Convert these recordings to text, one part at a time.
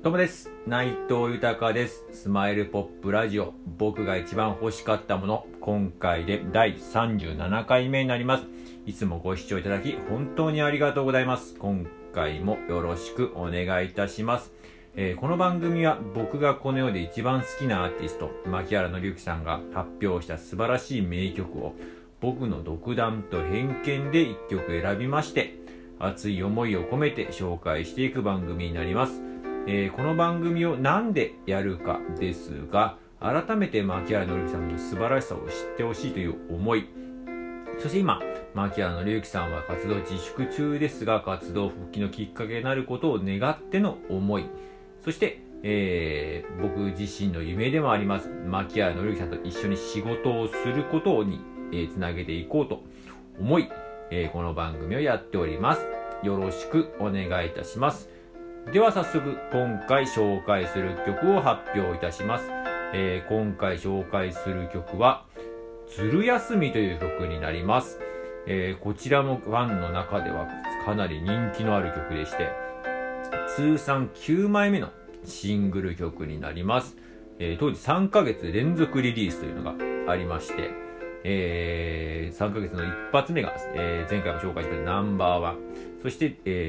どうもです。内藤豊です。スマイルポップラジオ。僕が一番欲しかったもの。今回で第37回目になります。いつもご視聴いただき本当にありがとうございます。今回もよろしくお願いいたします。この番組は僕がこの世で一番好きなアーティスト、牧原紀之さんが発表した素晴らしい名曲を僕の独断と偏見で一曲選びまして、熱い思いを込めて紹介していく番組になります。この番組をなんでやるかですが、改めて牧原紀之さんの素晴らしさを知ってほしいという思い、そして今牧原紀之さんは活動自粛中ですが、活動復帰のきっかけになることを願っての思い、そして、僕自身の夢でもあります牧原紀之さんと一緒に仕事をすることに、つなげていこうと思い、この番組をやっております。よろしくお願いいたします。では早速今回紹介する曲を発表いたします。今回紹介する曲はずる休みという曲になります。こちらもファンの中ではかなり人気のある曲でして、通算9枚目のシングル曲になります。当時3ヶ月連続リリースというのがありまして、3ヶ月の一発目が、前回も紹介したナンバーワン、そして、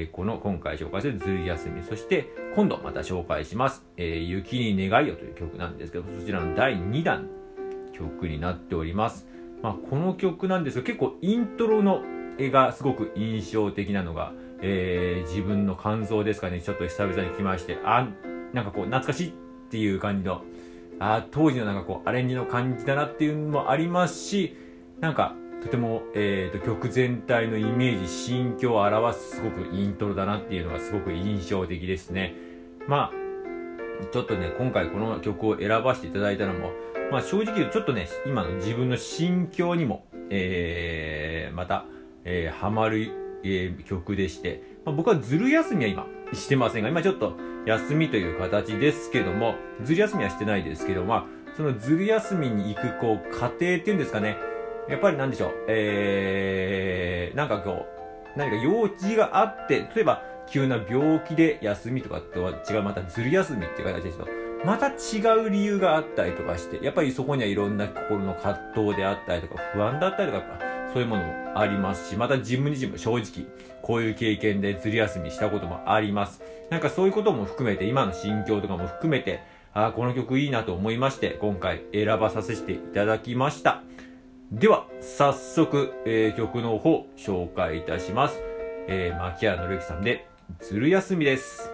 今回紹介するずる休み、そして今度また紹介します、雪に願いをという曲なんですけど、そちらの第2弾曲になっております。この曲なんですが、結構イントロの絵がすごく印象的なのが、自分の感想ですかね。ちょっと久々に来まして、なんかこう懐かしいっていう感じの、当時のなんかこうアレンジの感じだなっていうのもありますし、なんかとても、曲全体のイメージ、心境を表すすごくイントロだなっていうのがすごく印象的ですね。ちょっとね、今回この曲を選ばせていただいたのも、正直言うとちょっとね、今の自分の心境にも、また、ハマる、曲でして、僕はずる休みは今してませんが、今ちょっと休みという形ですけども、ずる休みはしてないですけど、そのずる休みに行くこう過程っていうんですかね、やっぱりなんでしょう、なんかこう何か用事があって、例えば急な病気で休みとかとは違う、またずる休みっていう形ですとまた違う理由があったりとかして、やっぱりそこにはいろんな心の葛藤であったりとか不安だったりとか、そういうものもありますし、また自分自身も正直こういう経験でずる休みしたこともあります。なんかそういうことも含めて、今の心境とかも含めて、この曲いいなと思いまして、今回選ばさせていただきました。では早速、曲の方紹介いたします。牧原紀之さんでずる休みです。